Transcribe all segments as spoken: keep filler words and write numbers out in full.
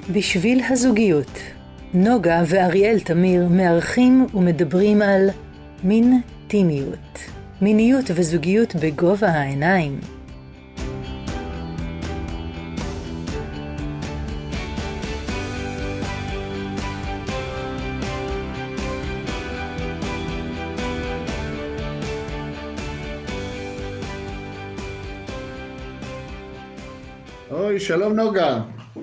בשביל הזוגיות, נוגה ואריאל תמיר מארחים ומדברים על מין טימיות, מיניות וזוגיות בגובה העיניים. אוי, שלום נוגה.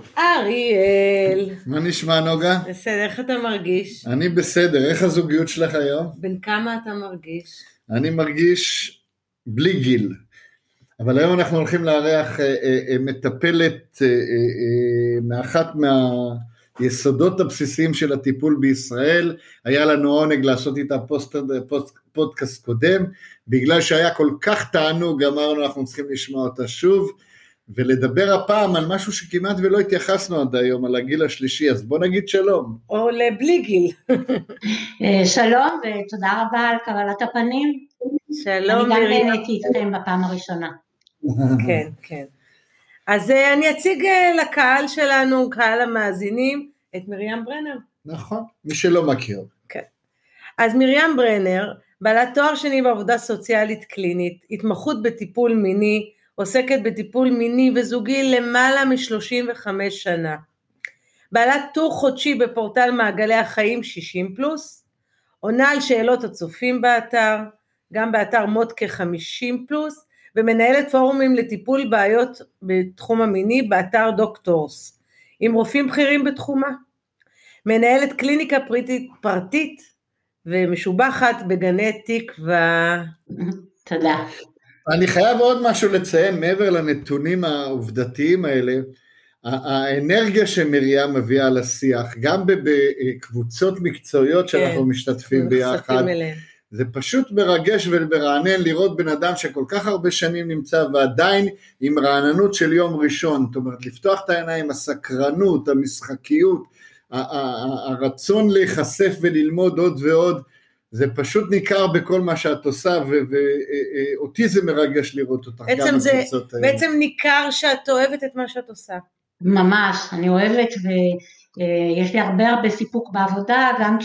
אריאל. מה נשמע נוגה? בסדר, איך אתה מרגיש? אני בסדר, איך הזוגיות שלך היום? בין כמה אתה מרגיש? אני מרגיש בלי גיל, אבל היום אנחנו הולכים לארח אה, אה, מטפלת אה, אה, מאחת מהיסודות הבסיסיים של הטיפול בישראל. היה לנו עונג לעשות איתה פוסט, פוסט, פודקאסט קודם, בגלל שהיה כל כך תענוג, אמרנו אנחנו צריכים לשמוע אותה שוב, ולדבר הפעם על משהו שכמעט ולא התייחסנו עד היום, על הגיל השלישי, אז בוא נגיד שלום. או לבלי גיל. שלום ותודה רבה על קבלת הפנים. שלום. אני גם נהניתי איתכם בפעם הראשונה. כן, כן. אז אני אציג לקהל שלנו, קהל המאזינים, את מרים ברנר. נכון, מי שלא מכיר. כן. אז מרים ברנר, בעלת תואר שני בעבודה סוציאלית קלינית, התמחות בטיפול מיני, עוסקת בטיפול מיני וזוגי למעלה מ-שלושים וחמש שנה. בעלת טור חודשי בפורטל מעגלי החיים שישים פלוס, עונה על שאלות הצופים באתר, גם באתר מודקה חמישים פלוס, ומנהלת פורומים לטיפול בעיות בתחום המיני באתר דוקטורס, עם רופאים בכירים בתחומה. מנהלת קליניקה פרטית, פרטית ומשובחת בגני תקווה. תודה. אני חייב עוד משהו לציין, מעבר לנתונים העובדתיים האלה, האנרגיה שמרים מביאה לשיח, גם בקבוצות מקצועיות שאנחנו משתתפים ביחד, זה פשוט מרגש ומרענן לראות בן אדם שכל כך הרבה שנים נמצא, ועדיין עם רעננות של יום ראשון, זאת אומרת, לפתוח את העיניים, הסקרנות, המשחקיות, הרצון להיחשף וללמוד עוד ועוד, זה פשוט ניכר בכל מה שאת עושה, ואותי זה מרגש לראות אותך גם בקבוצות האלה. בעצם ניכר שאת אוהבת את מה שאת עושה. ממש, אני אוהבת, ויש לי הרבה הרבה סיפוק בעבודה, גם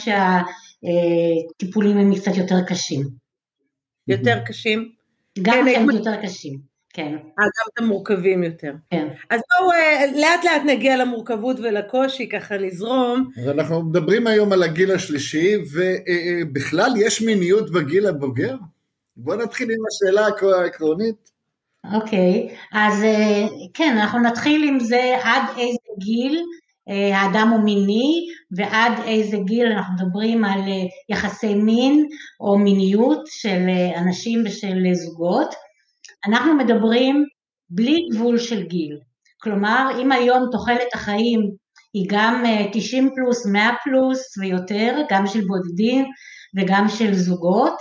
כשהטיפולים הם קצת יותר קשים. יותר קשים? גם הם יותר קשים. כן. גם את המורכבים יותר. כן. אז בואו לאט לאט נגיע למורכבות ולקושי, ככה נזרום. אז אנחנו מדברים היום על הגיל השלישי, ובכלל יש מיניות בגיל הבוגר? בואו נתחיל עם השאלה העקרונית. אוקיי, אז כן, אנחנו נתחיל עם זה עד איזה גיל האדם הוא מיני, ועד איזה גיל אנחנו מדברים על יחסי מין או מיניות של אנשים ושל זוגות. אנחנו מדברים בלי גבול של גיל, כלומר אם היום תוחלת החיים היא גם תשעים פלוס, מאה פלוס ויותר, גם של בודדים וגם של זוגות,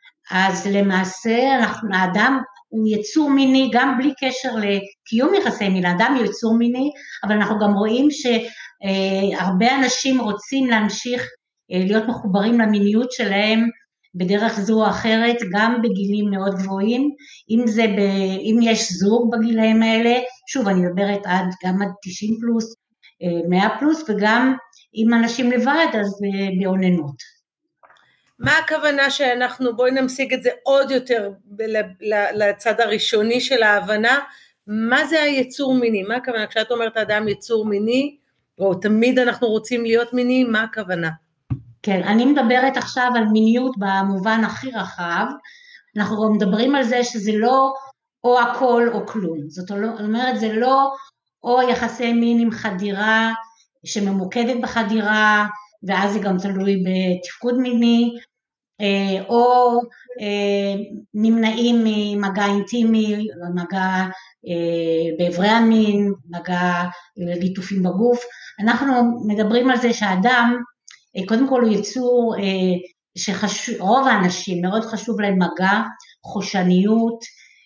אז למעשה אנחנו, האדם הוא יצור מיני גם בלי קשר לקיום יחסי מין, האדם הוא יצור מיני, אבל אנחנו גם רואים שהרבה אנשים רוצים להמשיך להיות מחוברים למיניות שלהם, בדרך זו או אחרת, גם בגילים מאוד גבוהים, אם זה ב, אם יש זוג בגילאים האלה, שוב אני מדברת עד גם עד תשעים פלוס, מאה פלוס, וגם אם אנשים לבד, אז בעוננות. מה הכוונה שאנחנו, בואי נמשיג את זה עוד יותר לצד הראשוני של ההבנה, מה זה היצור מיני? מה הכוונה? כשאת אומרת האדם יצור מיני, או תמיד אנחנו רוצים להיות מיני, מה הכוונה? כן, אני מדברת עכשיו על מיניות במובן הכי רחב, אנחנו מדברים על זה שזה לא או הכל או כלום, זאת אומרת זה לא או יחסי מין עם חדירה שממוקדת בחדירה, ואז זה גם תלוי בתפקוד מיני, או נמנעים ממגע אינטימי, מגע בעברי המין, מגע ליטופים בגוף. אנחנו מדברים על זה שהאדם, קודם כל הוא יצור שרוב האנשים מאוד חשוב להם מגע, חושניות,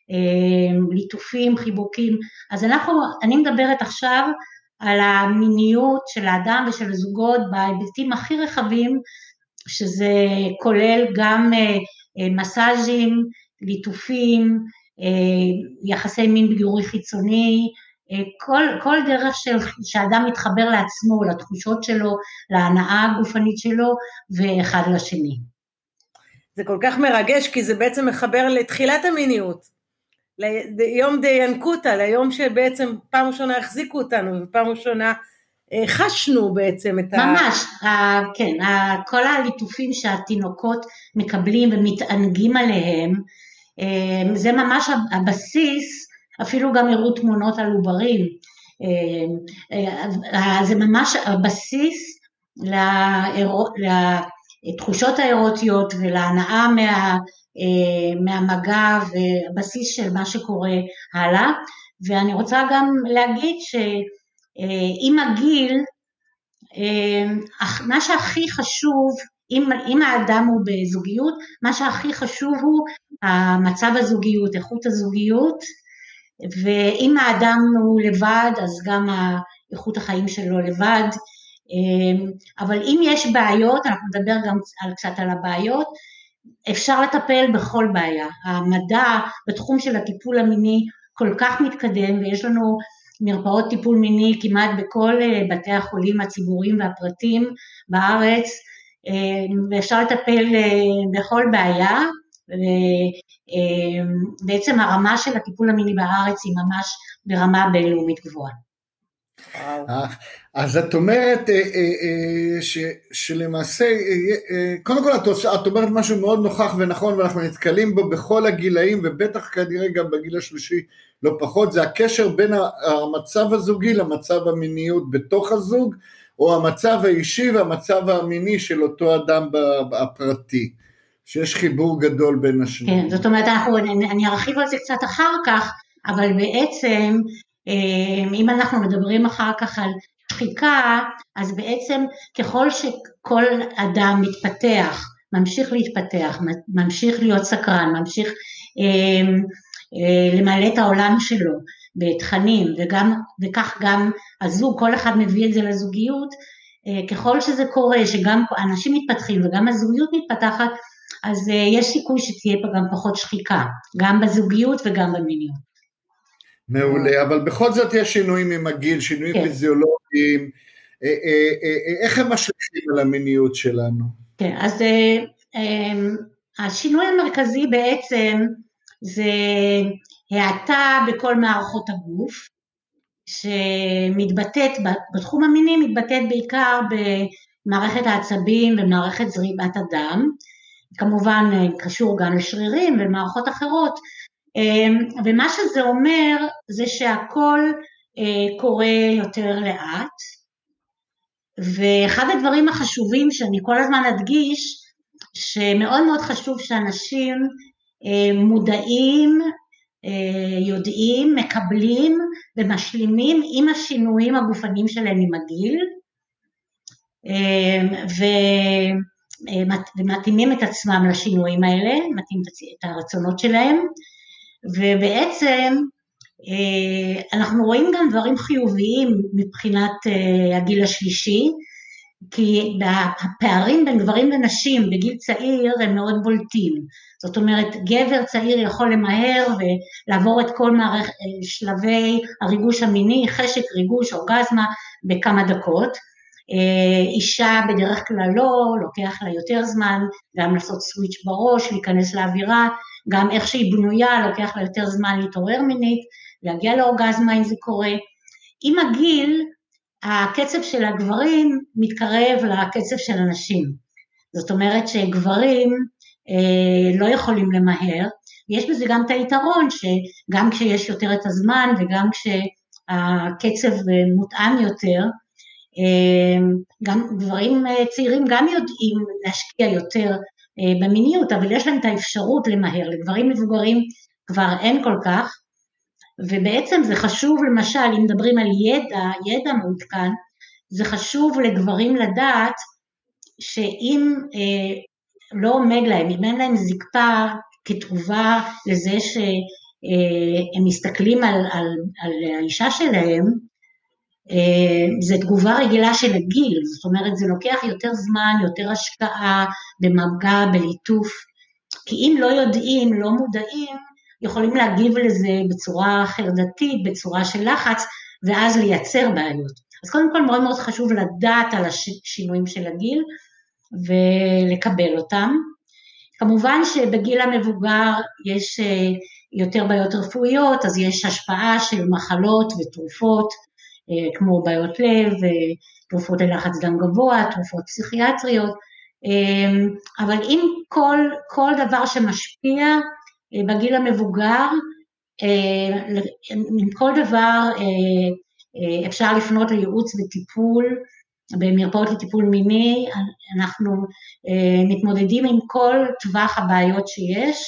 ליטופים, חיבוקים, אז אנחנו, אני מדברת עכשיו על המיניות של האדם ושל הזוגות בהיבטים הכי רחבים, שזה כולל גם מסאז'ים, ליטופים, יחסי מין בגירוי חיצוני, כל, כל דרך של, שאדם מתחבר לעצמו, לתחושות שלו, להנאה הגופנית שלו, ואחד לשני. זה כל כך מרגש, כי זה בעצם מחבר לתחילת המיניות, ליום דיינקותה, ליום שבעצם פעם ראשונה החזיקו אותנו, ופעם ראשונה חשנו בעצם את ה... ממש, כן, כל הליטופים שהתינוקות מקבלים ומתענגים עליהם, זה ממש הבסיס, אפילו גם הראו תמונות על עוברים, זה ממש הבסיס לתחושות האירוטיות ולהנאה מה, מהמגע ובסיס של מה שקורה הלאה, ואני רוצה גם להגיד שעם הגיל, מה שהכי חשוב, אם, אם האדם הוא בזוגיות, מה שהכי חשוב הוא המצב הזוגיות, איכות הזוגיות, ואם האדם הוא לבד, אז גם איכות החיים שלו לבד, אבל אם יש בעיות, אנחנו נדבר גם על, קצת על הבעיות, אפשר לטפל בכל בעיה. המדע בתחום של הטיפול המיני כל כך מתקדם, ויש לנו מרפאות טיפול מיני כמעט בכל בתי החולים הציבוריים והפרטיים בארץ, ואפשר לטפל בכל בעיה, ובעצם הרמה של הטיפול המיני בארץ היא ממש ברמה בינלאומית גבוהה. אז את אומרת שלמעשה, קודם כל את אומרת משהו מאוד נוכח ונכון, ואנחנו נתקלים בו בכל הגילאים, ובטח כנראה גם בגיל השלישי לא פחות, זה הקשר בין המצב הזוגי למצב המיניות בתוך הזוג, או המצב האישי והמצב המיני של אותו אדם הפרטי, שיש חיבור גדול בין השניים. כן, זאת אומרת, אנחנו, אני ארחיב על זה קצת אחר כך, אבל בעצם, אם אנחנו מדברים אחר כך על שחיקה, אז בעצם ככל שכל אדם מתפתח, ממשיך להתפתח, ממשיך להיות סקרן, ממשיך אה, אה, למלא את העולם שלו בתכנים, וגם, וכך גם הזוג, כל אחד מביא את זה לזוגיות, אה, ככל שזה קורה, שגם אנשים מתפתחים וגם הזוגיות מתפתחת, אז אה, יש סיכוי שתהיה פה גם פחות שחיקה, גם בזוגיות וגם במיניות. מעולה, אבל בכל זאת יש שינויים עם הגיל, שינויים כן. פיזיולוגיים, איך הם משליכים על המיניות שלנו? כן, אז השינוי המרכזי בעצם זה האטה בכל מערכות הגוף, שמתבטאת, בתחום המיני מתבטאת בעיקר במערכת העצבים ומערכת זרימת הדם, כמובן קשור גם לשרירים ומערכות אחרות, ומה שזה אומר זה שהכל קורה יותר לאט, ואחד הדברים החשובים שאני כל הזמן אדגיש, שמאוד מאוד חשוב שאנשים מודעים, יודעים, מקבלים ומשלימים עם השינויים הגופניים שלהם עם הגיל, ומתאימים את עצמם לשינויים האלה, מתאימים את הרצונות שלהם, ובעצם אנחנו רואים גם דברים חיוביים מבחינת הגיל השלישי, כי הפערים בין גברים ונשים בגיל צעיר הם מאוד בולטים, זאת אומרת גבר צעיר יכול למהר ולעבור את כל מערכת שלבי הריגוש המיני, חשק, ריגוש, אורגזמה בכמה דקות, אישה בדרך כלל לא, לוקח לה יותר זמן, גם לעשות סוויץ' בראש, להיכנס לאווירה, גם איך שהיא בנויה, לוקח לה יותר זמן להתעורר מינית, להגיע לאורגזמה אם זה קורה. עם הגיל, הקצב של הגברים מתקרב לקצב של הנשים. זאת אומרת שגברים אה, לא יכולים למהר, ויש בזה גם את היתרון, שגם כשיש יותר את הזמן, וגם כשהקצב מותאם יותר, אה, גם גברים צעירים גם יודעים להשקיע יותר, במיניות, אבל יש להם את האפשרות למהר, לגברים מבוגרים כבר אין כל כך, ובעצם זה חשוב למשל, אם מדברים על ידע, ידע מעודכן, זה חשוב לגברים לדעת, שאם אה, לא עומד להם, אם אין להם זקפה כתגובה לזה שהם מסתכלים על, על, על האישה שלהם, זה תגובה רגילה של הגיל, זאת אומרת זה לוקח יותר זמן, יותר השקעה במגע, בליטוף, כי אם לא יודעים, לא מודעים, יכולים להגיב לזה בצורה חרדתית, בצורה של לחץ, ואז לייצר בעיות. אז קודם כל מאוד מאוד חשוב לדעת על השינויים של הגיל, ולקבל אותם. כמובן שבגיל המבוגר יש יותר בעיות רפואיות, אז יש השפעה של מחלות ותרופות, כמו בעיות לב, תרופות ללחץ דם גבוה, תרופות פסיכיאטריות, אבל אם כל, כל דבר שמשפיע בגיל המבוגר, עם כל דבר אפשר לפנות לייעוץ וטיפול, במרפאות לטיפול מיני, אנחנו מתמודדים עם כל טווח הבעיות שיש,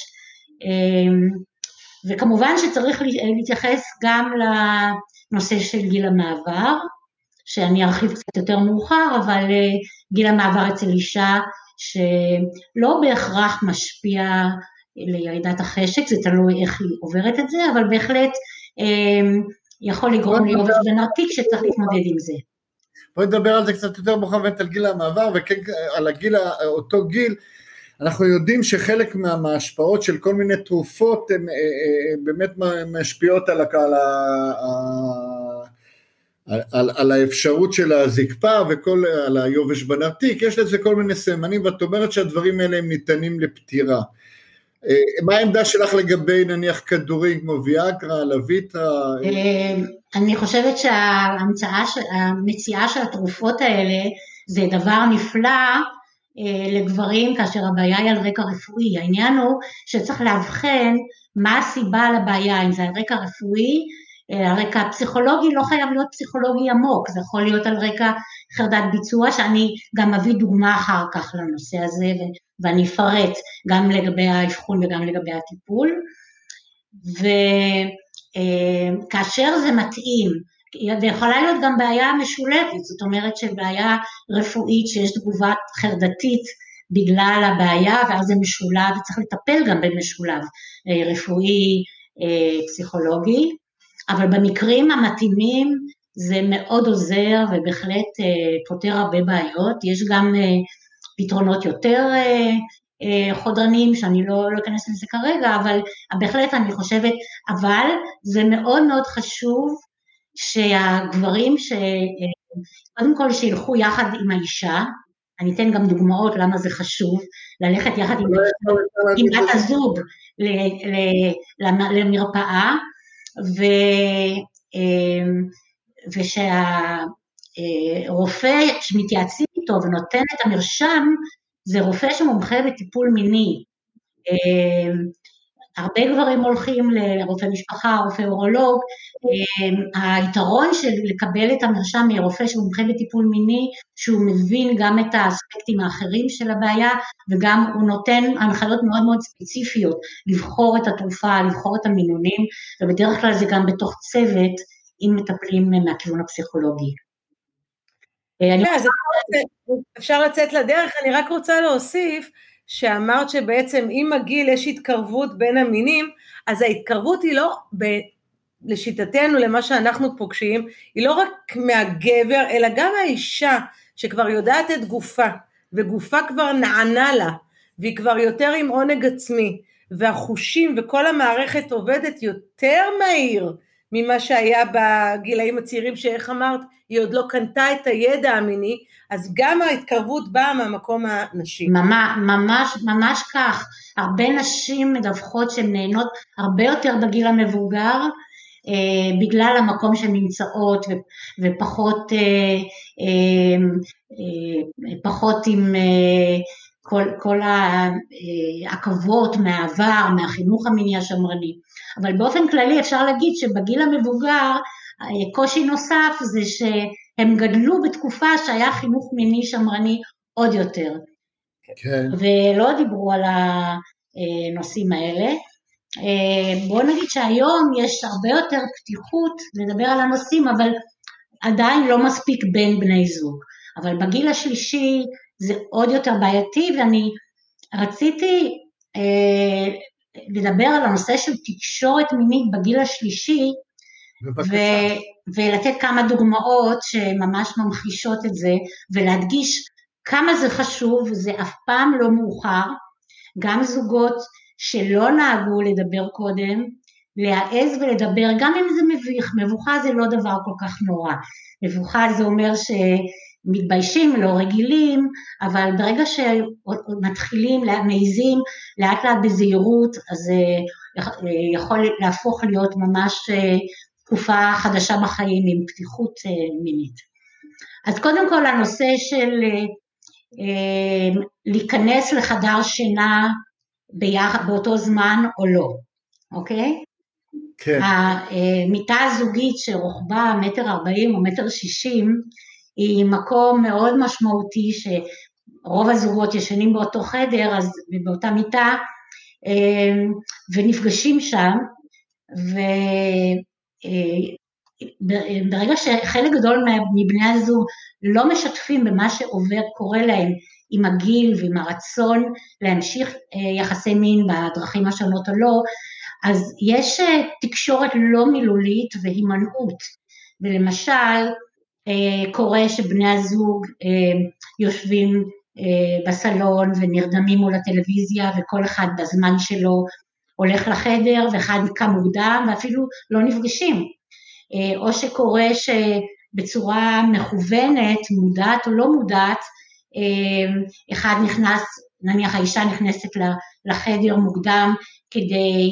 וכמובן שצריך להתייחס גם לנושא של גיל המעבר, שאני ארחיב קצת יותר מאוחר, אבל גיל המעבר אצל אישה שלא בהכרח משפיע לירידת החשק, זה תלוי איך היא עוברת את זה, אבל בהחלט יכול לגרום ליובש בנרתיק שצריך להתמודד עם זה. בואי נדבר על זה קצת יותר מאוחר על גיל המעבר, וכן על הגיל, אותו גיל, אנחנו יודעים שחלק מההשפעות של כל מיני תרופות, הן באמת משפיעות על, על, על, על, על האפשרות של הזקפה, וכל, על היובש בנרתיק, יש לזה כל מיני סמנים, ואת אומרת שהדברים האלה הם ניתנים לפטירה. מה העמדה שלך לגבי נניח כדורים כמו ויאגרה, לויטרה? אני חושבת שהמציאה של התרופות האלה זה דבר נפלא לגברים כאשר הבעיה היא על רקע רפואי. העניין הוא שצריך להבחן מה הסיבה לבעיה, אם זה על רקע רפואי, על רקע פסיכולוגי, לא חייב להיות פסיכולוגי עמוק, זה יכול להיות על רקע חרדת ביצוע, שאני גם מביא דוגמה אחר כך לנושא הזה, ואני אפרט גם לגבי האבחון וגם לגבי הטיפול, וכאשר זה מתאים, ויכולה להיות גם בעיה משולבת, זאת אומרת שבעיה רפואית שיש תגובה חרדתית בגלל הבעיה, ואז זה משולב, וצריך לטפל גם במשולב, רפואי, פסיכולוגי, אבל במקרים המתאימים זה מאוד עוזר ובהחלט פותר הרבה בעיות, יש גם פתרונות יותר חודרניים שאני לא, לא אכנס לזה כרגע, אבל בהחלט אני חושבת, אבל זה מאוד מאוד חשוב שהגברים שקודם כל שילכו יחד עם האישה, אני אתן גם דוגמאות למה זה חשוב, ללכת יחד עם, עם בת הזוג למרפאה, ו, ושהרופא שמתייעצים איתו ונותן את המרשם, זה רופא שמומחה בטיפול מיני. הרבה גברים הולכים לרופא משפחה, רופא אורולוג, היתרון של לקבל את המרשם מרופא שמומחה בטיפול מיני, שהוא מבין גם את האספקטים האחרים של הבעיה, וגם הוא נותן הנחיות מאוד מאוד ספציפיות, לבחור את התרופה, לבחור את המינונים, ובדרך כלל זה גם בתוך צוות, אם מטפלים מהכיוון הפסיכולוגי. אפשר לצאת לדרך, אני רק רוצה להוסיף, שאמרת שבעצם עם הגיל יש התקרבות בין המינים, אז ההתקרבות היא לא, ב, לשיטתנו, למה שאנחנו פוגשים, היא לא רק מהגבר, אלא גם האישה, שכבר יודעת את גופה, וגופה כבר נענה לה, והיא כבר יותר עם עונג עצמי, והחושים וכל המערכת עובדת יותר מהיר, ממה שהיה בגילאים הצעירים, שאיך אמרת, היא עוד לא קנתה את הידע המיני, אז גם ההתקרבות באה מהמקום הנשי. ממש, ממש, ממש כך, הרבה נשים מדווחות שהן נהנות הרבה יותר בגיל המבוגר, אה, בגלל המקום שהן נמצאות, ו, ופחות, אה, אה, אה, פחות עם אה, כל, כל העקבות מהעבר, מהחינוך המיני השמרני. אבל באופן כללי אפשר להגיד שבגיל המבוגר, קושי נוסף זה שהם גדלו בתקופה שהיה חינוך מיני שמרני עוד יותר. כן. ולא דיברו על הנושאים האלה. בואו נגיד שהיום יש הרבה יותר פתיחות לדבר על הנושאים, אבל עדיין לא מספיק בין בני זוג. אבל בגיל השלישי זה עוד יותר בעייתי, ואני רציתי לדבר על הנושא של תקשורת מינית בגיל השלישי, ו- ולתת כמה דוגמאות שממש ממחישות את זה, ולהדגיש כמה זה חשוב, זה אף פעם לא מאוחר, גם זוגות שלא נהגו לדבר קודם, להעז ולדבר, גם אם זה מביך, מבוכה זה לא דבר כל כך נורא, מבוכה זה אומר שמתביישים, לא רגילים, אבל ברגע שמתחילים, מעיזים, לאט לאט בזהירות, אז זה יכול להפוך להיות ממש תקופה חדשה בחיים עם פתיחות מינית. אז קודם כל הנושא של להיכנס לחדר שינה באותו זמן או לא, אוקיי? כן. המיטה הזוגית שרוחבה מטר ארבעים או מטר שישים, היא מקום מאוד משמעותי שרוב הזוגות ישנים באותו חדר, אז באותה מיטה, ונפגשים שם, וברגע שחלק גדול מבני הזוג לא משתפים במה שעובר, קורה להם עם הגיל ועם הרצון להמשיך יחסי מין בדרכים השונות או לא, אז יש תקשורת לא מילולית והימנעות, ולמשל קורה שבני הזוג יושבים בסלון ונרדמים מול הטלוויזיה, וכל אחד בזמן שלו הולך לחדר, ואחד קם מוקדם ואפילו לא נפגשים, או שקורה שבצורה מכוונת, מודעת או לא מודעת, אחד נכנס, נניח האישה נכנסת לחדר מוקדם כדי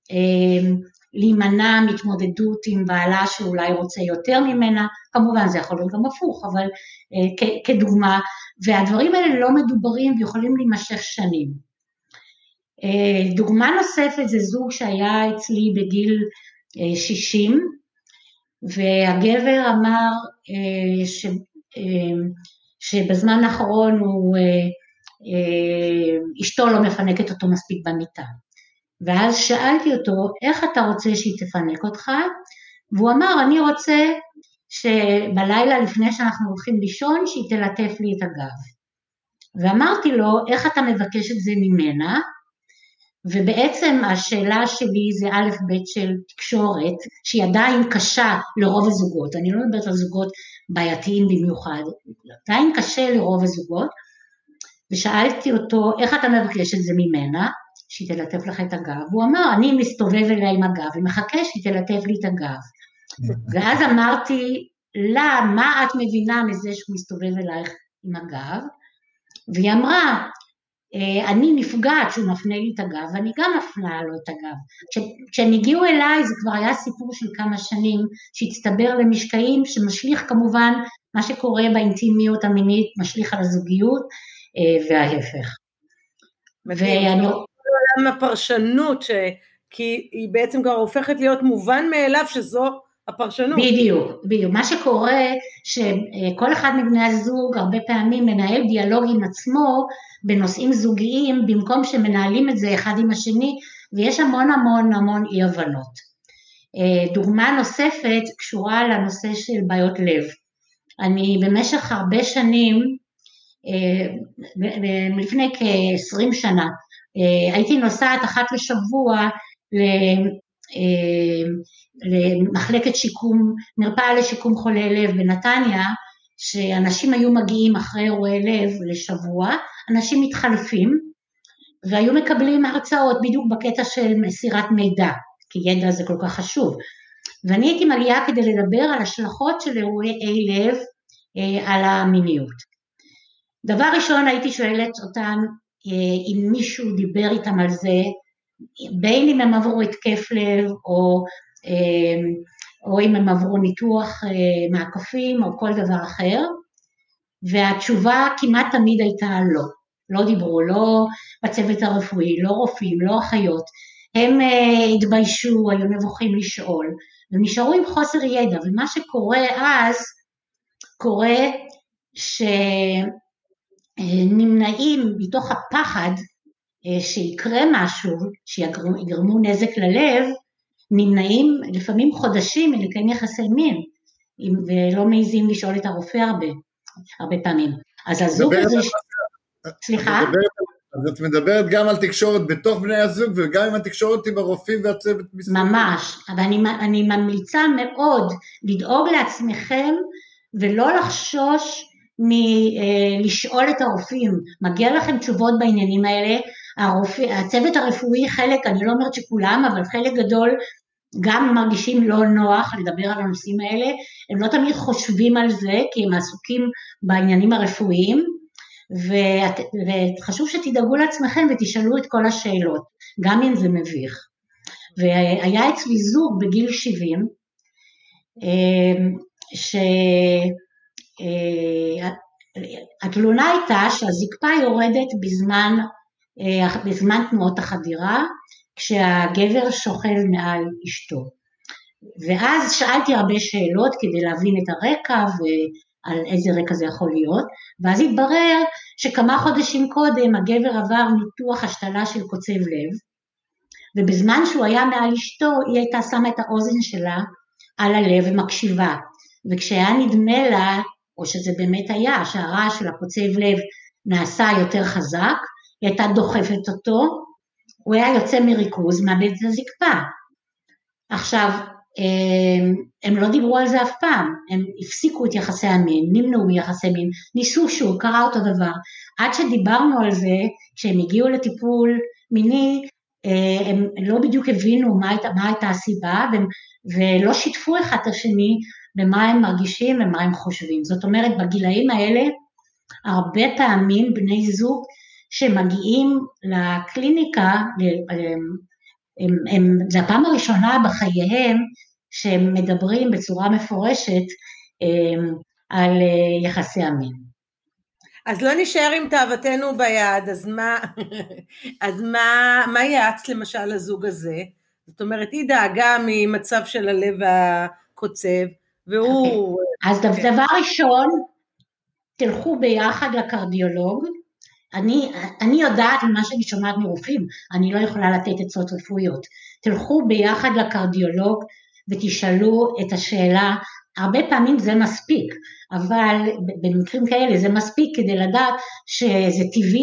להימנע מתמודדות עם בעלה שאולי רוצה יותר ממנה, כמובן זה יכול להיות גם הפוך, אבל כדוגמה, והדברים האלה לא מדוברים ויכולים להימשך שנים. דוגמה נוספת זה זוג שהיה אצלי בגיל שישים, והגבר אמר ש, שבזמן האחרון הוא, אשתו לא מפנקת אותו מספיק במיטה. ואז שאלתי אותו, איך אתה רוצה שהיא תפנק אותך? והוא אמר, אני רוצה שבלילה לפני שאנחנו הולכים לישון, שהיא תלטף לי את הגב. ואמרתי לו, איך אתה מבקש את זה ממנה? ובעצם השאלה שלי זה א' ב' של תקשורת, שהיא עדיין קשה לרוב הזוגות, אני לא מדברת על זוגות בעייתיים במיוחד, עדיין קשה לרוב הזוגות, ושאלתי אותו, איך אתה מבקש את זה ממנה? שהיא תלטף לך את הגב, והוא אמר, אני מסתובב אליה עם הגב, ומחכה שהיא תלטף לי את הגב, ואז אמרתי, לה, מה את מבינה מזה שהוא מסתובב אלייך עם הגב? והיא אמרה, אני נפגעת שהוא מפנה לי את הגב, ואני גם מפנה לו את הגב. כשהם הגיעו אליי, זה כבר היה סיפור של כמה שנים, שהצטבר למשקעים, שמשליך כמובן, מה שקורה באינטימיות המינית, משליך על הזוגיות, וההפך. ואני... עולם הפרשנות, ש... כי היא בעצם כבר הופכת להיות מובן מאליו, שזו הפרשנות. בדיוק, בדיוק. מה שקורה, שכל אחד מבני הזוג, הרבה פעמים מנהל דיאלוג עם עצמו, בנושאים זוגיים, במקום שמנהלים את זה אחד עם השני, ויש המון המון המון אי הבנות. דוגמה נוספת קשורה לנושא של בעיות לב. אני במשך הרבה שנים, לפני כ-עשרים שנה, הייתי נוסעת אחת לשבוע למחלקת שיקום, מרפאה לשיקום חולי לב בנתניה, שאנשים היו מגיעים אחרי אירועי לב לשבוע, אנשים מתחלפים, והיו מקבלים הרצאות בדיוק בקטע של מסירת מידע, כי ידע זה כל כך חשוב. ואני הייתי מגיעה כדי לדבר על השלכות של אירועי לב על המיניות. דבר ראשון הייתי שואלת אותם, אם מישהו דיבר איתם על זה, בין אם הם עברו התקף לב, או, או אם הם עברו ניתוח מעקפים, או כל דבר אחר, והתשובה כמעט תמיד הייתה לא, לא דיברו, לא בצוות הרפואי, לא רופאים, לא אחיות, הם התביישו, היו מבוכים לשאול, ונשארו עם חוסר ידע, ומה שקורה אז, קורה ש... נמנעים מתוך הפחד שיקרה משהו, שיגרמו נזק ללב, נמנעים לפעמים חודשים מלקיים יחסי מין, ולא מעיזים לשאול את הרופא הרבה, הרבה פעמים. אז הזוג הזה... סליחה? אז את מדברת גם על תקשורת בתוך בני הזוג, וגם עם התקשורת עם הרופאים והצוות מסביב. ממש, אבל אני, אני ממליצה מאוד לדאוג לעצמכם, ולא לחשוש מלשאול את הרופאים, מגיע לכם תשובות בעניינים האלה, הרופא, הצוות הרפואי חלק, אני לא אומרת שכולם, אבל חלק גדול גם מרגישים לא נוח לדבר על הנושאים האלה, הם לא תמיד חושבים על זה, כי הם עסוקים בעניינים הרפואיים, וחשוב שתדאגו לעצמכם ותשאלו את כל השאלות, גם אם זה מביך. והיה אצלי זוג בגיל שבעים, שהתלונה הייתה שהזקפה יורדת בזמן, בזמן תנועות החדירה, כשהגבר שוכב מעל אשתו. ואז שאלתי הרבה שאלות כדי להבין את הרקע ועל איזה רקע זה יכול להיות, ואז התברר שכמה חודשים קודם הגבר עבר ניתוח השתלה של קוצב לב, ובזמן שהוא היה מעל אשתו היא הייתה שמה את האוזן שלה על הלב ומקשיבה, וכשהיה נדמה לה, או שזה באמת היה, שהרעש של הקוצב לב נעשה יותר חזק, היא הייתה דוחפת אותו, הוא היה יוצא מריכוז, מאבד את הזקפה. עכשיו, הם לא דיברו על זה אף פעם, הם הפסיקו את יחסי המין, נמנעו מיחסי מין, ניסו שוב, קרה אותו דבר, עד שדיברנו על זה, כשהם הגיעו לטיפול מיני, הם לא בדיוק הבינו מה הייתה, מה הייתה הסיבה, ולא שיתפו אחד את השני, במה הם מרגישים ומה הם חושבים. זאת אומרת, בגילאים האלה, הרבה פעמים בני זוג, שמגיעים לקליניקה, הם, הם, זה הפעם הראשונה בחייהם, שהם מדברים בצורה מפורשת, על יחסי המין. אז לא נשאר עם תאוותנו ביד, אז מה, אז מה, מה יעץ למשל לזוג הזה? זאת אומרת, היא דאגה ממצב של הלב הקוצב, והוא... Okay. אז דבר ראשון, תלכו ביחד לקרדיולוג, אני, אני יודעת ממה שאני שומעת מרופאים, אני לא יכולה לתת עצות רפואיות, תלכו ביחד לקרדיולוג ותשאלו את השאלה, הרבה פעמים זה מספיק, אבל במקרים כאלה זה מספיק כדי לדעת שזה טבעי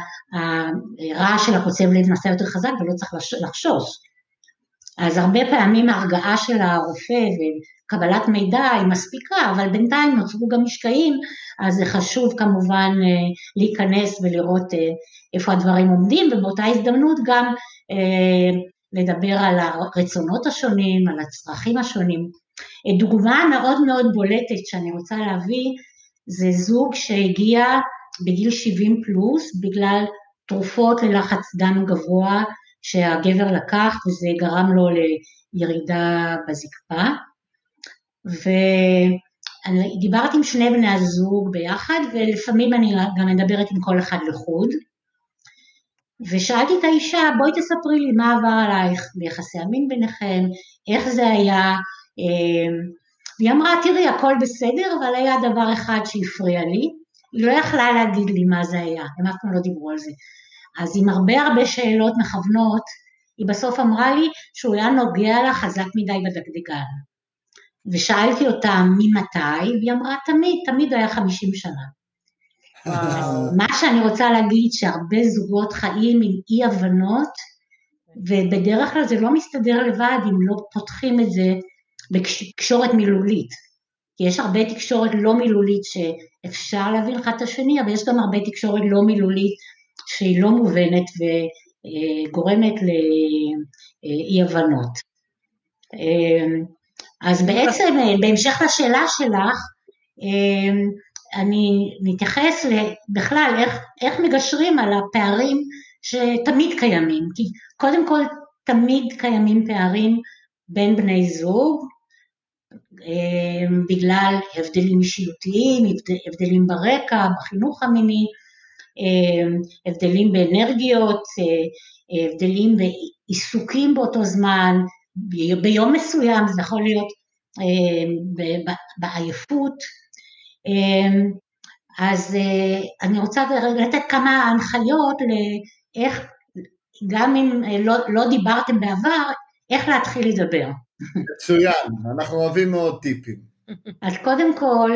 שהרעש של הקוצב לב נעשה יותר חזק ולא צריך לחשוש. אז הרבה פעמים ההרגעה של הרופא וקבלת מידע היא מספיקה, אבל בינתיים נוצרו גם משקעים, אז זה חשוב כמובן להיכנס ולראות איפה הדברים עומדים, ובאותה הזדמנות גם לדבר על הרצונות השונים, על הצרכים השונים. דוגמה מאוד מאוד בולטת שאני רוצה להביא, זה זוג שהגיע בגיל שבעים פלוס, בגלל תרופות ללחץ דם גבוה שהגבר לקח, וזה גרם לו לירידה בזקפה, ודיברתי עם שני בני הזוג ביחד, ולפעמים אני גם מדברת עם כל אחד לחוד, ושאלתי את האישה, בואי תספרי לי מה עבר עלייך ביחסי המין ביניכם, איך זה היה, והיא אמרה, תראי, הכל בסדר, אבל היה דבר אחד שהפריע לי, היא לא יכלה להגיד לי מה זה היה, הם אף פעם לא דיברו על זה, אז עם הרבה הרבה שאלות מכוונות, היא בסוף אמרה לי שהוא היה נוגע לה חזק מדי בדגדגן, ושאלתי אותה ממתי, והיא אמרה תמיד, תמיד היה חמישים שנה. מה שאני רוצה להגיד שהרבה זוגות חיים עם אי הבנות, ובדרך כלל זה לא מסתדר לבד אם לא פותחים את זה בתקשורת מילולית, כי יש הרבה תקשורת לא מילולית שאפשר להבין אחד את השני, אבל יש גם הרבה תקשורת לא מילולית שהיא לא מובנת וגורמת לאי הבנות. אז בעצם בהמשך לשאלה שלך, אני נתייחס בכלל איך, איך מגשרים על הפערים שתמיד קיימים, כי קודם כל תמיד קיימים פערים בין בני זוג, בגלל הבדלים אישיותיים, הבדלים ברקע, בחינוך המיני, הבדלים באנרגיות, הבדלים בעיסוקים באותו זמן, ביום מסוים זה יכול להיות בעייפות, אז אני רוצה לתת כמה הנחיות לאיך, גם אם לא, לא דיברתם בעבר, איך להתחיל לדבר. מצוין, אנחנו אוהבים מאוד טיפים. אז קודם כל,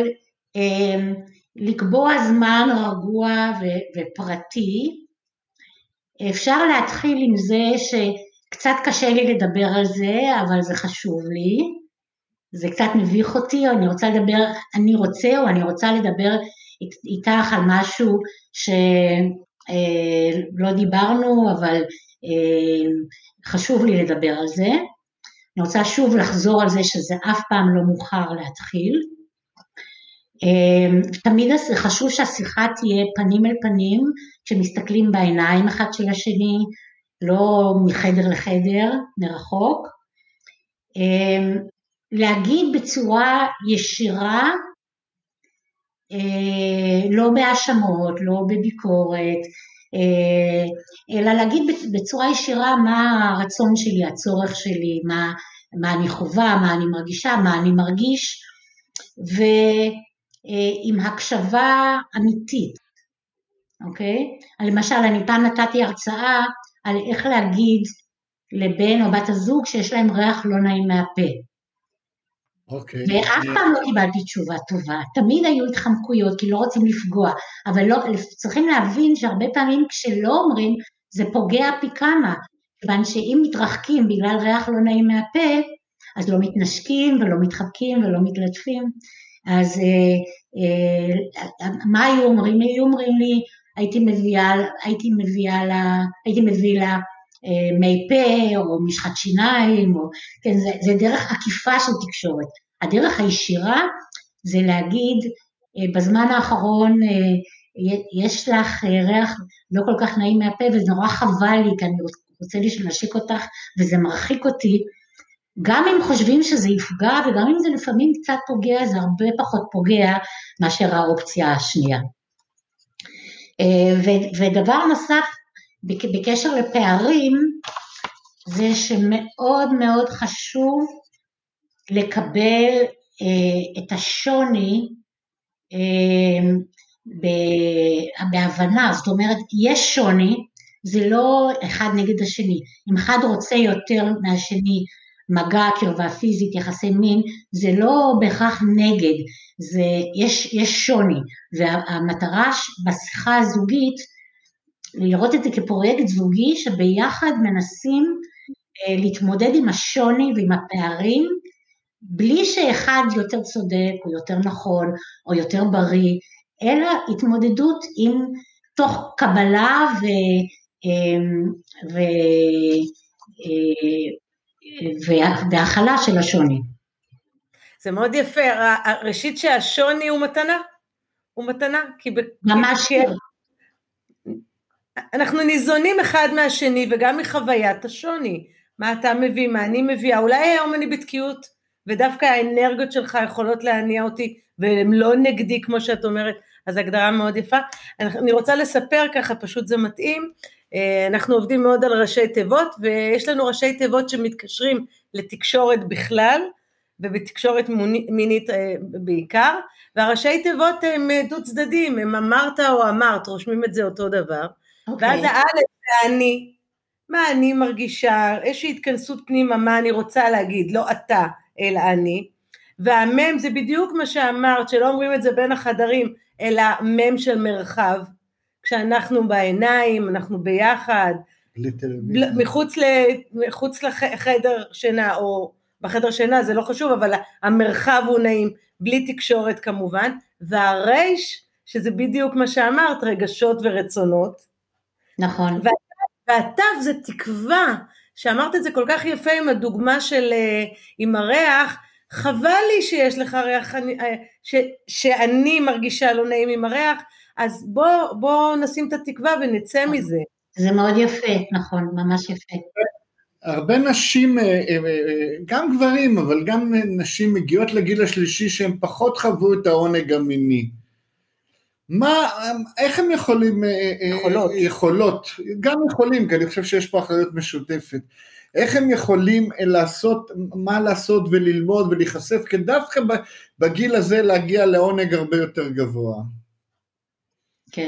לקבוע זמן רגוע ופרטי, אפשר להתחיל עם זה שקצת קשה לי לדבר על זה, אבל זה חשוב לי, זה קצת מביך אותי, או אני רוצה לדבר, אני רוצה או אני רוצה לדבר איתך על משהו ש, לא דיברנו, אבל חשוב לי לדבר על זה. אני רוצה שוב לחזור על זה שזה אף פעם לא מאוחר להתחיל. תמיד חשוב שהשיחה תהיה פנים אל פנים, כשמסתכלים בעיניים אחד של השני, לא מחדר לחדר, מרחוק. להגיד בצורה ישירה, לא בהאשמות, לא בביקורת, אלא להגיד בצורה ישירה מה הרצון שלי, הצורך שלי, מה, מה אני חובה, מה אני מרגישה, מה אני מרגיש, ועם הקשבה אמיתית, אוקיי? למשל, אני פעם נתתי הרצאה על איך להגיד לבן או בת הזוג שיש להם ריח לא נעים מהפה. אוקיי. ואף פעם לא קיבלתי תשובה טובה, תמיד היו התחמקויות כי לא רוצים לפגוע, אבל לא, צריכים להבין שהרבה פעמים כשלא אומרים זה פוגע פי כמה, כיוון שאם מתרחקים בגלל ריח לא נעים מהפה, אז לא מתנשקים ולא מתחבקים ולא מתלטפים, אז אה, אה, מה היו אומרים? היו אומרים לי, הייתי מביאה, הייתי מביאה לה, הייתי מביא לה אה, מי פה או משחת שיניים, או, כן, זה, זה דרך עקיפה של תקשורת. הדרך הישירה זה להגיד, אה, בזמן האחרון אה, יש לך אה, ריח לא כל כך נעים מהפה, וזה נורא חבל לי, כי אני רוצה לשנשיק אותך, וזה מרחיק אותי, גם אם חושבים שזה יפגע, וגם אם זה לפעמים קצת פוגע, זה הרבה פחות פוגע, מאשר האופציה השנייה. ודבר נוסף, בקשר לפערים, זה שמאוד מאוד חשוב לקבל את השוני בהבנה, זאת אומרת, יש שוני, זה לא אחד נגד השני, אם אחד רוצה יותר מהשני, מגע, קרבה פיזית, יחסי מין, זה לא בהכרח נגד, זה, יש, יש שוני, והמטרה בשיחה הזוגית, לראות את זה כפרויקט זוגי, שביחד מנסים אה, להתמודד עם השוני ועם הפערים, בלי שאחד יותר צודק, או יותר נכון, או יותר בריא, אלא התמודדות עם תוך קבלה ו... ו... והאכלה של השוני. זה מאוד יפה, ראשית שהשוני הוא מתנה, הוא מתנה, כי ממש כי... אנחנו ניזונים אחד מהשני, וגם מחוויית השוני, מה אתה מביא, מה אני מביאה, אולי היום אני בתקיעות, ודווקא האנרגיות שלך יכולות להניע אותי, והן לא נגדי כמו שאת אומרת, אז הגדרה מאוד יפה. אני רוצה לספר ככה, פשוט זה מתאים, אנחנו עובדים מאוד על ראשי תיבות, ויש לנו ראשי תיבות שמתקשרים לתקשורת בכלל, ובתקשורת מינית בעיקר, והראשי תיבות הם דו צדדים, הם אמרת או אמרת, רושמים את זה אותו דבר, okay. ואז האלף זה אני, מה אני מרגישה, איזושהי התכנסות פנימה, מה אני רוצה להגיד, לא אתה, אלא אני, והמם זה בדיוק מה שאמרת, שלא אומרים את זה בין החדרים, אלא מם של מרחב, כשאנחנו בעיניים, אנחנו ביחד, מחוץ, ל, מחוץ לחדר שינה, או בחדר שינה, זה לא חשוב, אבל המרחב הוא נעים, בלי תקשורת כמובן, והרייש, שזה בדיוק מה שאמרת, רגשות ורצונות. נכון. והטף זה תקווה, שאמרת את זה כל כך יפה עם הדוגמה של, עם הריח, חבל לי שיש לך ריח, ש, שאני מרגישה לא נעים עם הריח, אז בוא, בוא נשים את התקווה ונצא מזה. זה מאוד יפה, נכון, ממש יפה. הרבה נשים, גם גברים, אבל גם נשים מגיעות לגיל השלישי, שהם פחות חוו את העונג המיני. מה, איך הם יכולים, יכולות, יכולות, גם יכולים, כי אני חושב שיש פה אחריות משותפת, איך הם יכולים לעשות, מה לעשות וללמוד ולהיחשף, כי דווקא בגיל הזה להגיע לעונג הרבה יותר גבוה. כן.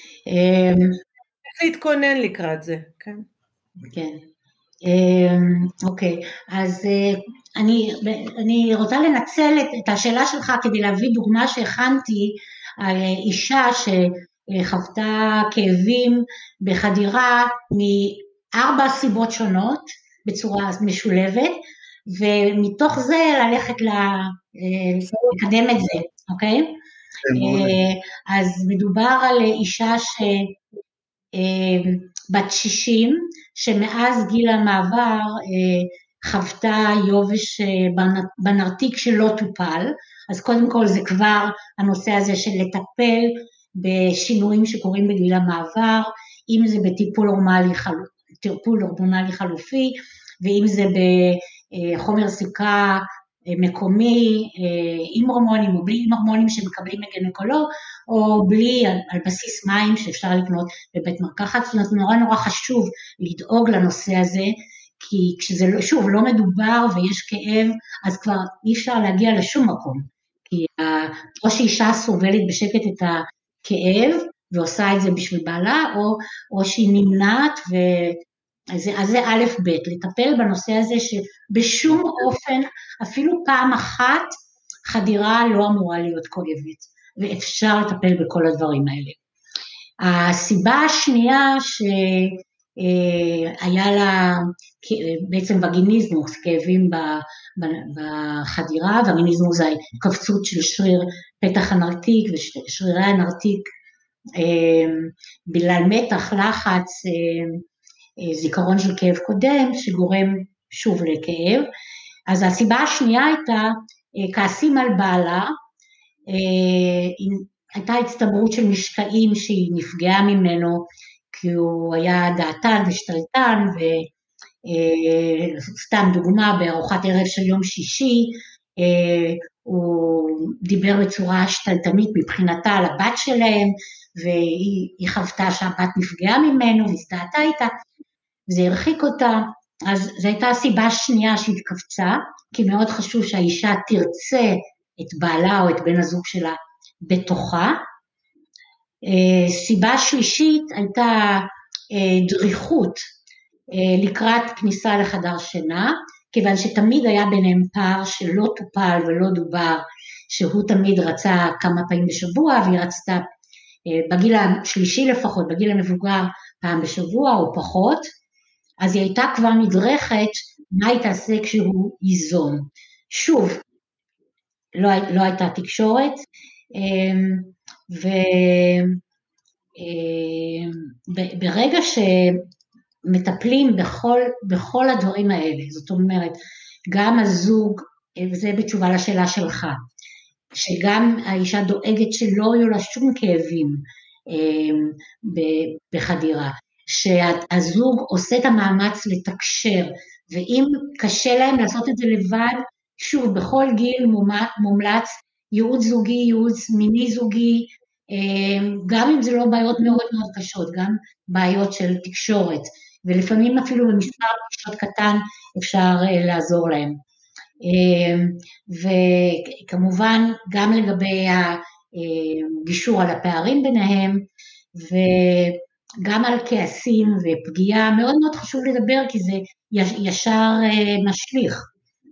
איך להתכונן לקראת זה, כן. כן. אוקיי, אז אני, אני רוצה לנצל את השאלה שלך כדי להביא דוגמה שהכנתי על אישה שחוותה כאבים בחדירה מארבע סיבות שונות בצורה משולבת, ומתוך זה ללכת לקדם את זה, אוקיי? אז מדובר על אישה בת שישים, שמאז גיל המעבר חוותה יובש בנרתיק שלא טופל, אז קודם כל זה כבר הנושא הזה של לטפל בשינויים שקורים בגיל המעבר, אם זה בטיפול הורמונלי, טיפול הורמונלי חלופי, ואם זה בחומר סיכה מקומי, עם הורמונים או בלי הורמונים שמקבלים מגינקולוג, או בלי על, על בסיס מים שאפשר לקנות בבית מרקחת. זאת אומרת, נורא נורא חשוב לדאוג לנושא הזה, כי כשזה שוב לא מדובר ויש כאב, אז כבר אי אפשר להגיע לשום מקום, כי או שאישה סובלת בשקט את הכאב, ועושה את זה בשביל בעלה, או, או שהיא נמנעת, ו... אז, אז זה א' ב', לטפל בנושא הזה שבשום אופן, אפילו פעם אחת, חדירה לא אמורה להיות כואבת, ואפשר לטפל בכל הדברים האלה. הסיבה השנייה שהיה לה בעצם וגיניזמוס, כאבים בחדירה, וגיניזמוס זה קבצות של שריר פתח הנרתיק ושרירי הנרתיק, בגלל מתח, לחץ, זיכרון של כאב קודם, שגורם שוב לכאב. אז הסיבה השנייה הייתה כעסים על בעלה, הייתה הצטברות של משקעים שהיא נפגעה ממנו, כי הוא היה דעתן ושתלטן, וסתם דוגמה, בארוחת ערב של יום שישי, הוא דיבר בצורה שתלטנית מבחינתה על הבת שלהם, והיא חוותה שהבת נפגעה ממנו, והזדהתה איתה, וזה הרחיק אותה. אז זו הייתה הסיבה השנייה שהתכווצה, כי מאוד חשוב שהאישה תרצה את בעלה או את בן הזוג שלה בתוכה. סיבה שלישית הייתה דריכות לקראת כניסה לחדר שינה, כיוון שתמיד היה ביניהם פער שלא טופל ולא דובר, שהוא תמיד רצה כמה פעמים בשבוע, והיא רצתה בגיל השלישי לפחות, בגיל המבוגר פעם בשבוע או פחות, אז היא הייתה כבר נדרכת מה היא תעשה כשהוא ייזום. שוב, לא, לא הייתה תקשורת, וברגע שמטפלים בכל, בכל הדברים האלה, זאת אומרת, גם הזוג, וזה בתשובה לשאלה שלך, שגם האישה דואגת שלא יהיו לה שום כאבים בחדירה, שהזוג עושה את המאמץ לתקשר, ואם קשה להם לעשות את זה לבד, שוב, בכל גיל מומלץ, ייעוץ זוגי, ייעוץ מיני זוגי, גם אם זה לא בעיות מאוד מאוד קשות, גם בעיות של תקשורת, ולפעמים אפילו במספר פגישות קטן אפשר לעזור להם. וכמובן גם לגבי הגישור על הפערים ביניהם, וגם על כעסים ופגיעה, מאוד מאוד חשוב לדבר, כי זה ישר משליך.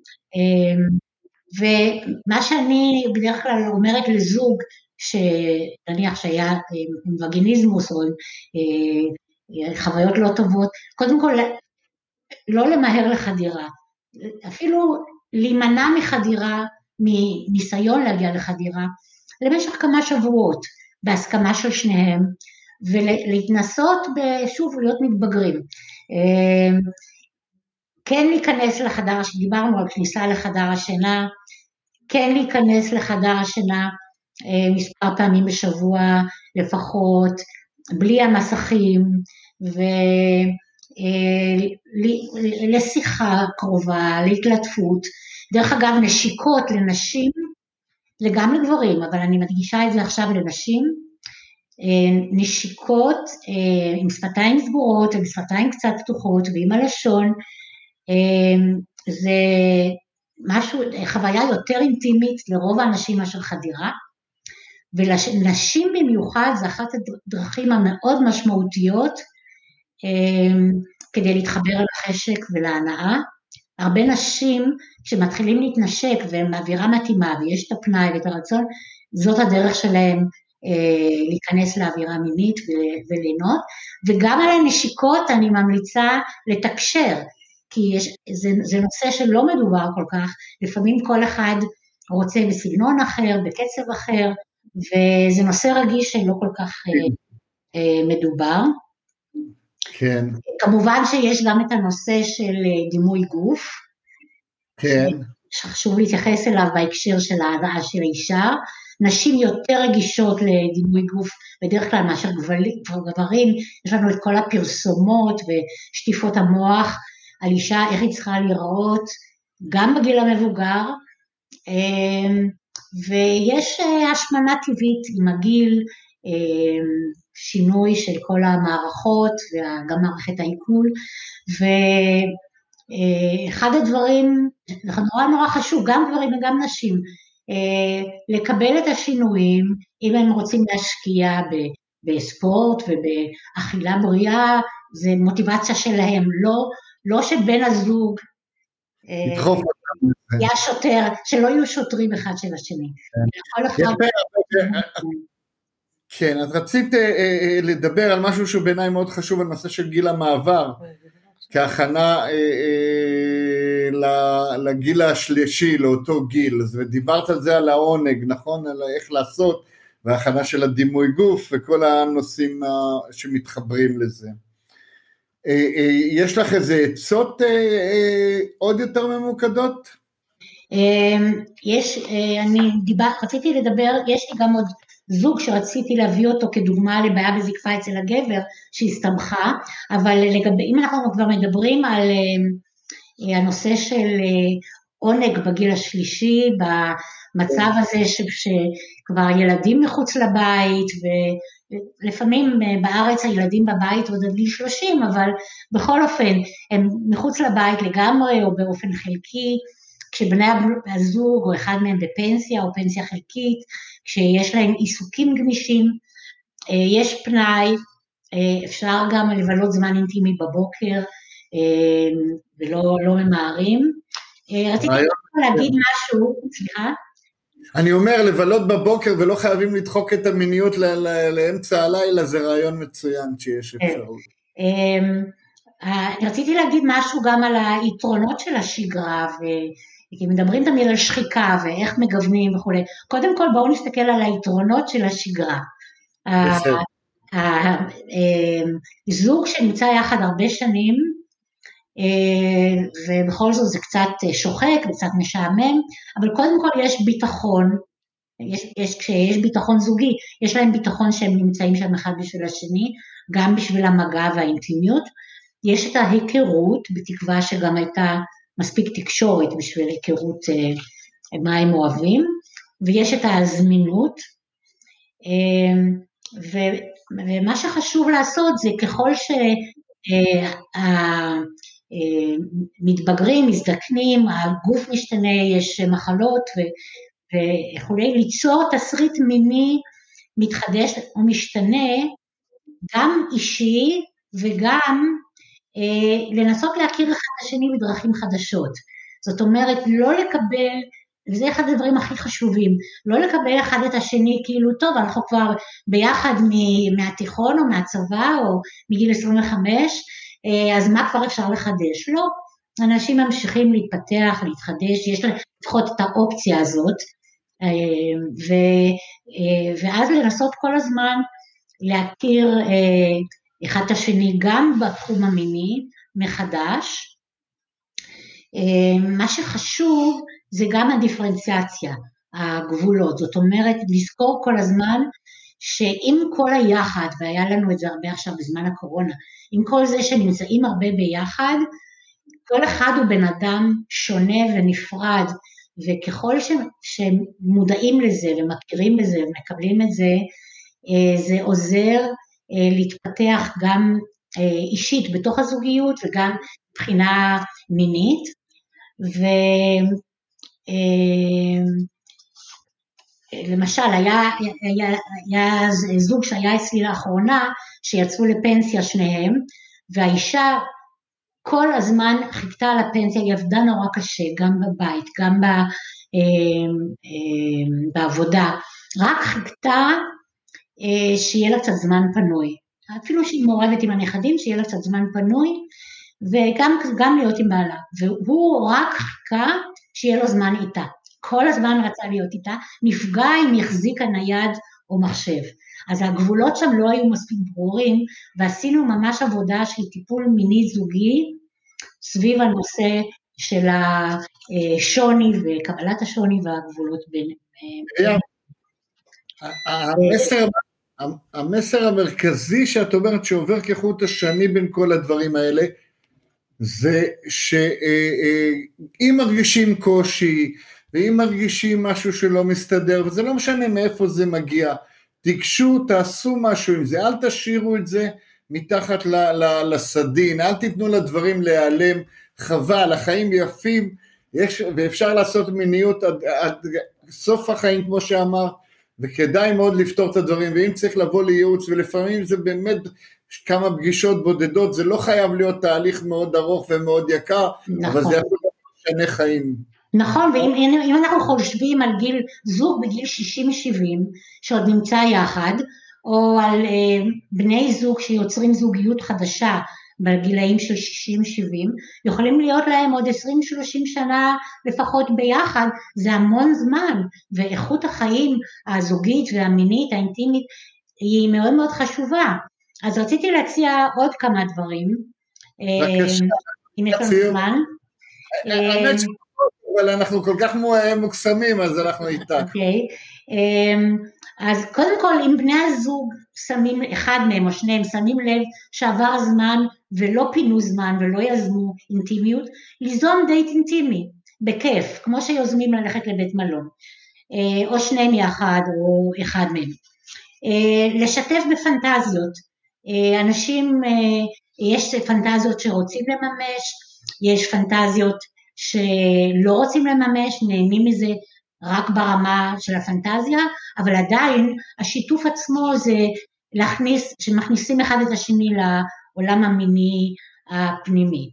ומה שאני בדרך כלל אומרת לזוג, שנניח שהיה עם וגיניזמוס, או עם חוויות לא טובות, קודם כל לא למהר לחדירה, אפילו להימנע מחדירה, מניסיון להגיע לחדירה, למשך כמה שבועות, בהסכמה של שניהם, ולהתנסות שוב להיות מתבגרים. כן להיכנס לחדר, שדיברנו על כניסה לחדר השינה, כן להיכנס לחדר השינה מספר פעמים בשבוע לפחות, בלי המסכים, ולשיחה קרובה, להתלטפות. דרך אגב, נשיקות לנשים, וגם לגברים, אבל אני מדגישה את זה עכשיו לנשים, נשיקות עם שפתיים סגורות, עם שפתיים קצת פתוחות, ועם הלשון, זה משהו, חוויה יותר אינטימית לרוב האנשים מאשר חדירה, ולנשים במיוחד זה אחת הדרכים המאוד משמעותיות, כדי להתחבר על החשק ולהנאה. הרבה נשים שמתחילים להתנשק והם באווירה מתאימה, ויש את הפנאי ואת הרצון, זאת הדרך שלהם להיכנס לאווירה מינית וליהנות, וגם על הנשיקות אני ממליצה לתקשר, כי יש, זה, זה נושא שלא מדובר כל כך, לפעמים כל אחד רוצה בסגנון אחר, בקצב אחר, וזה נושא רגיש שלא כל כך אה, אה, מדובר. כן. כמובן שיש גם את הנושא של דימוי גוף, כן. שחשוב להתייחס אליו בהקשר של ההנאה של האישה, נשים יותר רגישות לדימוי גוף בדרך כלל מאשר גברים, יש לנו את כל הפרסומות ושטיפות המוח על אישה, איך היא צריכה לראות, גם בגיל המבוגר, ויש השמנה טבעית עם הגיל, שינוי של כל המערכות וגם מערכת העיכול, ואחד הדברים, נורא נורא חשוב, גם גברים וגם נשים, לקבל את השינויים, אם הם רוצים להשקיע בספורט ובאכילה בריאה, זה מוטיבציה שלהם, לא, לא שבן הזוג, לדחוף אותם. יהיה שוטר, שלא יהיו שוטרים אחד של השני. כן, אז רצית לדבר על משהו שבעיניי מאוד חשוב, על נושא של גיל המעבר, כהכנה לגיל השלישי, לאותו גיל, ודיברת על זה, על העונג, נכון? על איך לעשות, והכנה של הדימוי גוף, וכל הנושאים שמתחברים לזה. יש לך איזה עצות עוד יותר ממוקדות? יש, אני דיבר, רציתי לדבר, יש לי גם עוד זוג שרציתי להביא אותו כדוגמה לבעיה בזקפה אצל הגבר, שהסתמכה, אבל לגבי, אם אנחנו כבר מדברים על הנושא של עונג בגיל השלישי, במצב הזה שכבר ילדים מחוץ לבית, ולפעמים בארץ הילדים בבית עוד עד גיל שלושים, אבל בכל אופן הם מחוץ לבית לגמרי או באופן חלקי, כשבני הזוג או אחד מהם בפנסיה או פנסיה חלקית, כשיש להם עיסוקים גמישים, יש פנאי, אפשר גם לבלות זמן אינטימי בבוקר, ולא לא ממהרים. רציתי להגיד משהו, סליחה? אני אומר, לבלות בבוקר ולא חייבים לדחוק את המיניות לאמצע הלילה, זה רעיון מצוין שיש אפשרות. אני רציתי להגיד משהו גם על היתרונות של השגרה, כי מדברים תמיד על שחיקה ואיך מגוונים וכו'. קודם כל בואו נסתכל על היתרונות של השגרה. זוג שנמצא יחד הרבה שנים, ובכל זאת זה קצת שוחק, קצת משעמם, אבל קודם כל יש ביטחון, יש, יש, כשיש ביטחון זוגי, יש להם ביטחון שהם נמצאים שם אחד בשביל השני, גם בשביל המגע והאינטימיות, יש את ההיכרות, בתקווה שגם הייתה מספיק תקשורת בשביל היכרות מה הם אוהבים, ויש את הזמינות, ומה שחשוב לעשות זה ככל שהמתבגרים, מזדקנים, הגוף משתנה, יש מחלות ויכולי ליצור תסריט מיני מתחדש או משתנה, גם אישי וגם לנסות להכיר אחד את השני בדרכים חדשות. זאת אומרת, לא לקבל, וזה אחד הדברים הכי חשובים, לא לקבל אחד את השני כאילו, טוב, אנחנו כבר ביחד מהתיכון או מהצבא או מגיל עשרים וחמש, אז מה כבר אפשר לחדש? לא, אנשים ממשיכים להתפתח, להתחדש, יש לפחות את האופציה הזאת, ו, ואז לנסות כל הזמן להכיר אחד את השני גם בתחום המיני מחדש. מה שחשוב זה גם הדיפרנציאציה, הגבולות, זאת אומרת לזכור כל הזמן שאם כל היחד, והיה לנו את זה הרבה עכשיו בזמן הקורונה, עם כל זה שנמצאים הרבה ביחד, כל אחד הוא בן אדם שונה ונפרד, וככל שמודעים לזה ומכירים בזה ומקבלים את זה, זה עוזר להתפתח גם אישית בתוך הזוגיות וגם מבחינה מינית, ולמשל היה, היה, היה זוג שהיה אצלי לאחרונה שיצאו לפנסיה שניהם, והאישה כל הזמן חיכתה על הפנסיה, היא עבדה נורא קשה, גם בבית, גם בעבודה, רק חיכתה שיהיה לה קצת זמן פנוי, אפילו שהיא מעורבת עם הנכדים, שיהיה לה קצת זמן פנוי, וגם גם להיות עם בעלה, והוא רק חיכה שיהיה לו זמן איתה, כל הזמן רצה להיות איתה, נפגע אם יחזיק הנייד או מחשב. אז הגבולות שם לא היו מספיק ברורים, ועשינו ממש עבודה של טיפול מיני זוגי, סביב הנושא של השוני וקבלת השוני והגבולות ביניהם. המסר, המסר המרכזי שאת אומרת שעובר כחוט השני בין כל הדברים האלה, זה שאם מרגישים קושי, ואם מרגישים משהו שלא מסתדר, וזה לא משנה מאיפה זה מגיע, תיגשו, תעשו משהו עם זה, אל תשאירו את זה מתחת לסדין, אל תיתנו לדברים להיעלם, חבל, החיים יפים, יש, ואפשר לעשות מיניות עד, עד סוף החיים כמו שאמר, וכדאי מאוד לפתור את הדברים, ואם צריך לבוא לייעוץ, ולפעמים זה באמת כמה פגישות בודדות, זה לא חייב להיות תהליך מאוד ארוך ומאוד יקר, נכון. אבל זה יכול להיות שני חיים. נכון, ואם אם אנחנו חושבים על גיל זוג בגיל שישים שבעים, שעוד נמצא יחד, או על אה, בני זוג שיוצרים זוגיות חדשה, בגילאים של שישים שבעים, יכולים להיות להם עוד עשרים שלושים שנה לפחות ביחד, זה המון זמן, ואיכות החיים הזוגית והמינית, האינטימית, היא מאוד מאוד חשובה. אז רציתי להציע עוד כמה דברים, בבקשה. אם יש לנו זמן. האמת אבל אנחנו כל כך מוקסמים, אז אנחנו איתך. אוקיי, אז קודם כל, אם בני הזוג שמים, אחד מהם או שניהם שמים לב שעבר זמן ולא פינו זמן ולא יזמו אינטימיות, ליזום דייט אינטימי, בכיף, כמו שיוזמים ללכת לבית מלון, או שניהם יחד או אחד מהם. לשתף בפנטזיות, אנשים, יש פנטזיות שרוצים לממש, יש פנטזיות שלא רוצים לממש, נהנים מזה רק ברמה של הפנטזיה, אבל עדיין השיתוף עצמו זה להכניס, שמכניסים אחד את השני לעולם המיני הפנימי.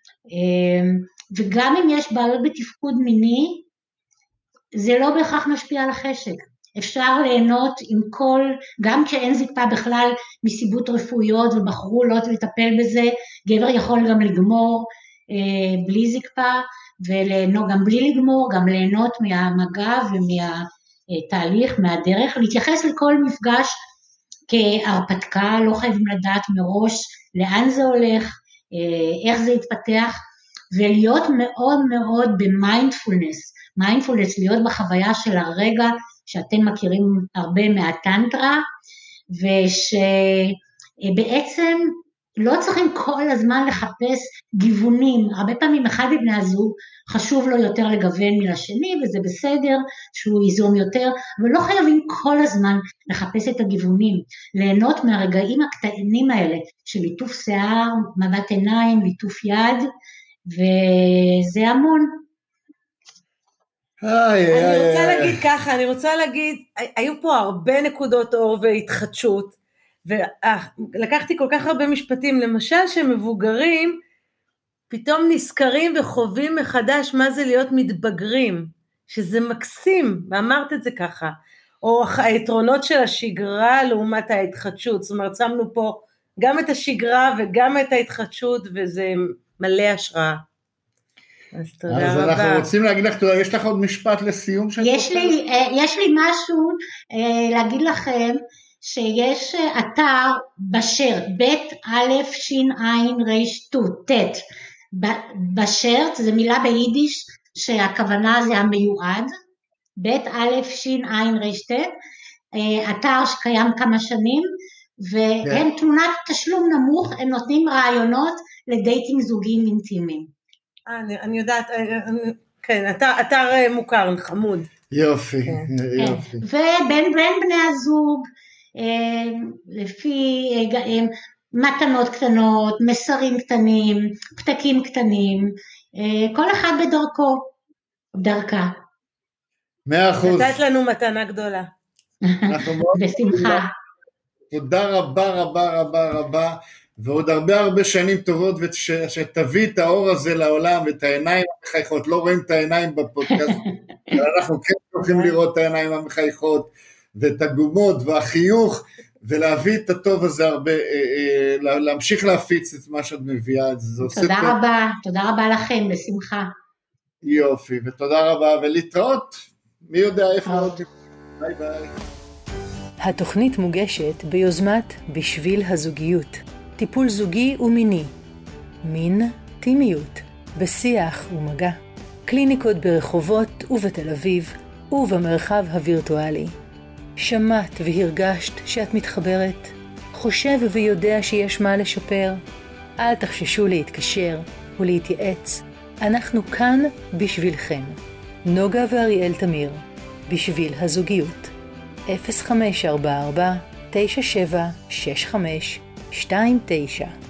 וגם אם יש בעיות בתפקוד מיני, זה לא בהכרח משפיע על החשק. אפשר ליהנות עם כל, גם כשאין זקפה בכלל מסיבות רפואיות ובחרו לא לטפל בזה, גבר יכול גם לגמור אה, בלי זקפה, וליהנות גם בלי לגמור, גם ליהנות מהמגע ומהתהליך, מהדרך, להתייחס לכל מפגש כהרפתקה, לא חייבים לדעת מראש לאן זה הולך, אה, איך זה יתפתח, ולהיות מאוד מאוד במיינדפולנס, מיינדפולנס, להיות בחוויה של הרגע, שאתם מכירים הרבה מהטנטרה, ושבעצם לא צריכים כל הזמן לחפש גיוונים, הרבה פעמים אחד מבני הזוג חשוב לו יותר לגוון מלשני, וזה בסדר שהוא ייזום יותר, אבל לא חייבים כל הזמן לחפש את הגיוונים, ליהנות מהרגעים הקטנים האלה, של ליטוף שיער, מבט עיניים, ליטוף יד, וזה המון. אני רוצה להגיד ככה, אני רוצה להגיד, היו פה הרבה נקודות אור והתחדשות, ולקחתי כל כך הרבה משפטים, למשל שמבוגרים, פתאום נזכרים וחווים מחדש מה זה להיות מתבגרים, שזה מקסים, ואמרת את זה ככה, או היתרונות של השגרה לעומת ההתחדשות, זאת אומרת, שמנו פה גם את השגרה וגם את ההתחדשות, וזה מלא השראה. אז תודה רבה. אז אנחנו רוצים להגיד לך תודה, יש לך עוד משפט לסיום? יש לי, יש לי משהו להגיד לכם, שיש אתר בשרט, בית א' שין עין רש תות, בשרט, זה מילה ביידיש שהכוונה זה המיועד, בית א' שין עין רש תת, אתר שקיים כמה שנים, והם תמונת תשלום נמוך, הם נותנים רעיונות לדייטינג זוגיים אינטימיים. אני, אני יודעת, כן, אתר, אתר מוכר, חמוד. יופי, כן. יופי. ובין בין בני הזוג, לפי מתנות קטנות, מסרים קטנים, פתקים קטנים, כל אחד בדרכו, דרכה. מאה אחוז. נתת לנו מתנה גדולה. בשמחה. תודה רבה רבה רבה רבה, ועוד הרבה הרבה שנים טובות, ושתביא את האור הזה לעולם, ואת העיניים המחייכות, לא רואים את העיניים בפודקאסט, אבל אנחנו כן צריכים לראות את העיניים המחייכות, ואת הגומות והחיוך, ולהביא את הטוב הזה הרבה, להמשיך להפיץ את מה שאת מביאה. תודה רבה, תודה רבה לכם, בשמחה. יופי, ותודה רבה, ולהתראות, מי יודע איפה עוד. ביי ביי. התוכנית מוגשת ביוזמת בשביל הזוגיות, טיפול זוגי ומיני, מין טימיות, בשיח ומגע, קליניקות ברחובות ובתל אביב ובמרחב הווירטואלי. שמעת והרגשת שאת מתחברת? חושב ויודע שיש מה לשפר? אל תחששו להתקשר ולהתייעץ, אנחנו כאן בשבילכם. נוגה ואריאל תמיר, בשביל הזוגיות. אפס חמש ארבע ארבע תשע שבע שש חמש שתיים תשע